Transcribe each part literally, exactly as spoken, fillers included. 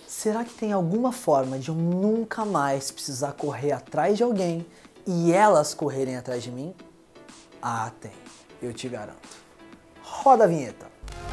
Será que tem alguma forma de eu nunca mais precisar correr atrás de alguém e elas correrem atrás de mim? Ah, tem. Eu te garanto. Roda a vinheta.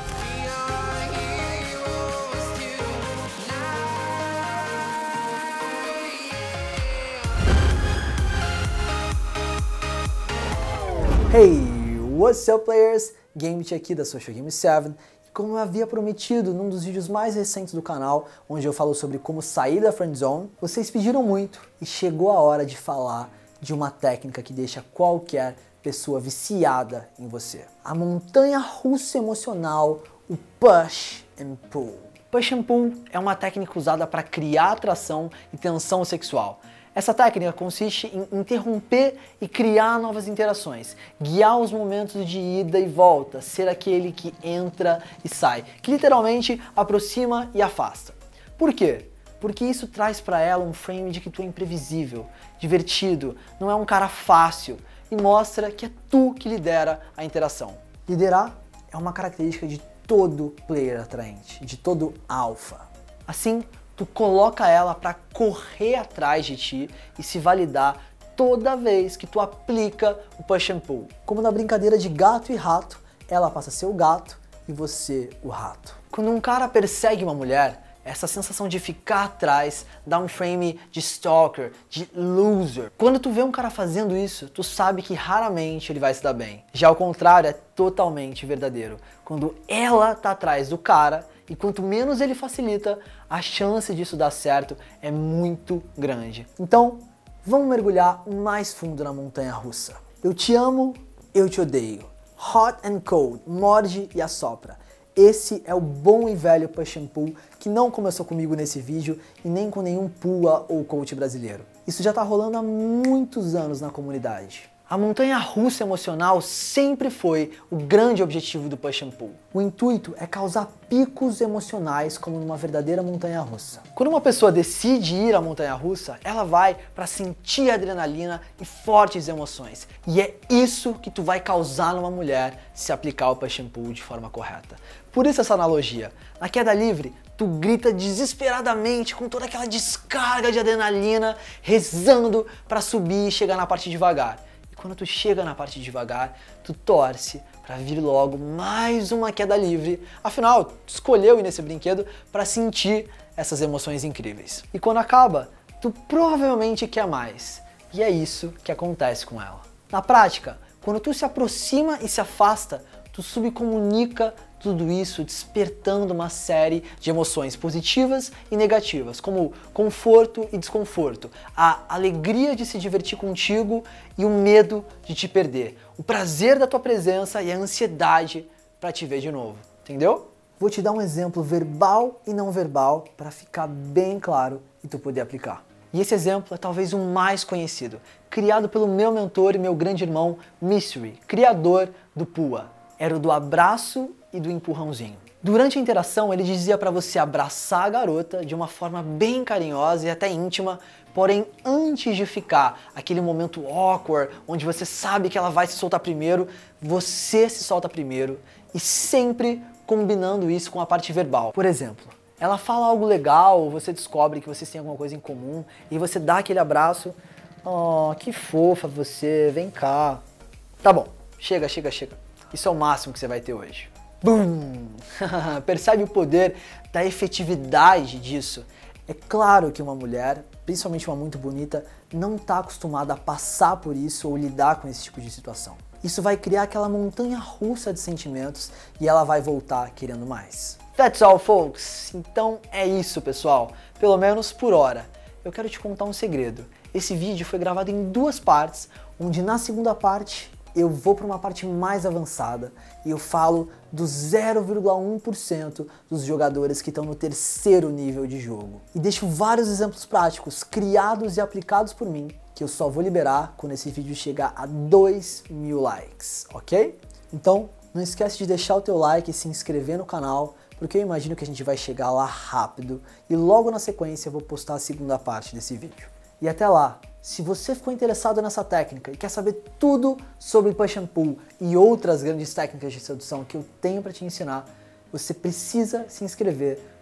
Hey, what's up players? Gambit aqui da Social Game sete. Como eu havia prometido num dos vídeos mais recentes do canal, onde eu falo sobre como sair da friendzone, vocês pediram muito e chegou a hora de falar de uma técnica que deixa qualquer pessoa viciada em você. A montanha russa emocional, o push and pull. Push and pull é uma técnica usada para criar atração e tensão sexual. Essa técnica consiste em interromper e criar novas interações, guiar os momentos de ida e volta, ser aquele que entra e sai, que literalmente aproxima e afasta. Por quê? Porque isso traz para ela um frame de que tu é imprevisível, divertido, não é um cara fácil e mostra que é tu que lidera a interação. Liderar é uma característica de todo player atraente, de todo alpha. Assim, tu coloca ela para correr atrás de ti e se validar toda vez que tu aplica o push and pull. Como na brincadeira de gato e rato, ela passa a ser o gato e você o rato. Quando um cara persegue uma mulher, essa sensação de ficar atrás dá um frame de stalker, de loser. Quando tu vê um cara fazendo isso, tu sabe que raramente ele vai se dar bem. Já o contrário é totalmente verdadeiro. Quando ela tá atrás do cara, e quanto menos ele facilita, a chance disso dar certo é muito grande. Então, vamos mergulhar mais fundo na montanha russa. Eu te amo, eu te odeio. Hot and cold, morde e assopra. Esse é o bom e velho push and pull que não começou comigo nesse vídeo e nem com nenhum pua ou coach brasileiro. Isso já tá rolando há muitos anos na comunidade. A montanha russa emocional sempre foi o grande objetivo do push and pull. O intuito é causar picos emocionais como numa verdadeira montanha russa. Quando uma pessoa decide ir à montanha russa, ela vai para sentir adrenalina e fortes emoções. E é isso que tu vai causar numa mulher se aplicar o push and pull de forma correta. Por isso essa analogia. Na queda livre, tu grita desesperadamente com toda aquela descarga de adrenalina, rezando para subir e chegar na parte devagar. Quando tu chega na parte devagar, tu torce para vir logo mais uma queda livre. Afinal, tu escolheu ir nesse brinquedo para sentir essas emoções incríveis. E quando acaba, tu provavelmente quer mais. E é isso que acontece com ela. Na prática, quando tu se aproxima e se afasta, tu subcomunica tudo isso despertando uma série de emoções positivas e negativas, como conforto e desconforto, a alegria de se divertir contigo e o medo de te perder, o prazer da tua presença e a ansiedade para te ver de novo, entendeu? Vou te dar um exemplo verbal e não verbal para ficar bem claro e tu poder aplicar. E esse exemplo é talvez o mais conhecido, criado pelo meu mentor e meu grande irmão Mystery, criador do pua. Era o do abraço e do empurrãozinho. Durante a interação, ele dizia para você abraçar a garota de uma forma bem carinhosa e até íntima, porém antes de ficar aquele momento awkward, onde você sabe que ela vai se soltar primeiro, você se solta primeiro e sempre combinando isso com a parte verbal. Por exemplo, ela fala algo legal, você descobre que vocês têm alguma coisa em comum e você dá aquele abraço. Oh, que fofa você, vem cá. Tá bom, chega, chega, chega. Isso é o máximo que você vai ter hoje. Boom! Percebe o poder da efetividade disso? É claro que uma mulher, principalmente uma muito bonita, não está acostumada a passar por isso ou lidar com esse tipo de situação. Isso vai criar aquela montanha russa de sentimentos e ela vai voltar querendo mais. That's all, folks! Então é isso, pessoal. Pelo menos por hora. Eu quero te contar um segredo. Esse vídeo foi gravado em duas partes, onde na segunda parte eu vou para uma parte mais avançada e eu falo do zero vírgula um por cento dos jogadores que estão no terceiro nível de jogo. E deixo vários exemplos práticos criados e aplicados por mim que eu só vou liberar quando esse vídeo chegar a dois mil likes, ok? Então não esquece de deixar o teu like e se inscrever no canal, porque eu imagino que a gente vai chegar lá rápido e logo na sequência eu vou postar a segunda parte desse vídeo. E até lá, se você ficou interessado nessa técnica e quer saber tudo sobre push and pull e outras grandes técnicas de sedução que eu tenho para te ensinar, você precisa se inscrever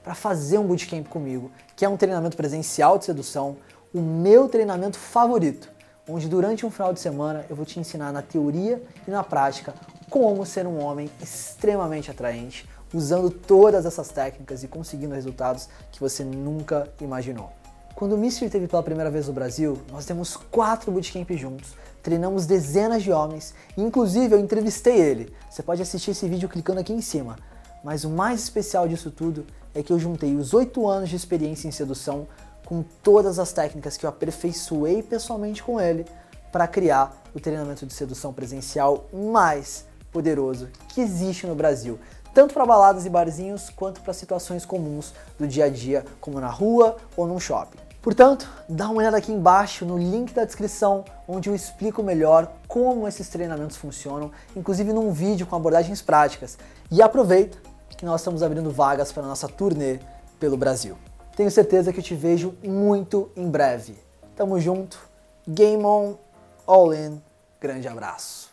para fazer um bootcamp comigo, que é um treinamento presencial de sedução, o meu treinamento favorito, onde durante um final de semana eu vou te ensinar na teoria e na prática como ser um homem extremamente atraente, usando todas essas técnicas e conseguindo resultados que você nunca imaginou. Quando o Mister esteve pela primeira vez no Brasil, nós temos quatro bootcamps juntos, treinamos dezenas de homens e inclusive eu entrevistei ele. Você pode assistir esse vídeo clicando aqui em cima. Mas o mais especial disso tudo é que eu juntei os oito anos de experiência em sedução com todas as técnicas que eu aperfeiçoei pessoalmente com ele para criar o treinamento de sedução presencial mais poderoso que existe no Brasil. Tanto para baladas e barzinhos, quanto para situações comuns do dia a dia, como na rua ou num shopping. Portanto, dá uma olhada aqui embaixo no link da descrição, onde eu explico melhor como esses treinamentos funcionam, inclusive num vídeo com abordagens práticas. E aproveita que nós estamos abrindo vagas para a nossa turnê pelo Brasil. Tenho certeza que eu te vejo muito em breve. Tamo junto, game on, all in, grande abraço.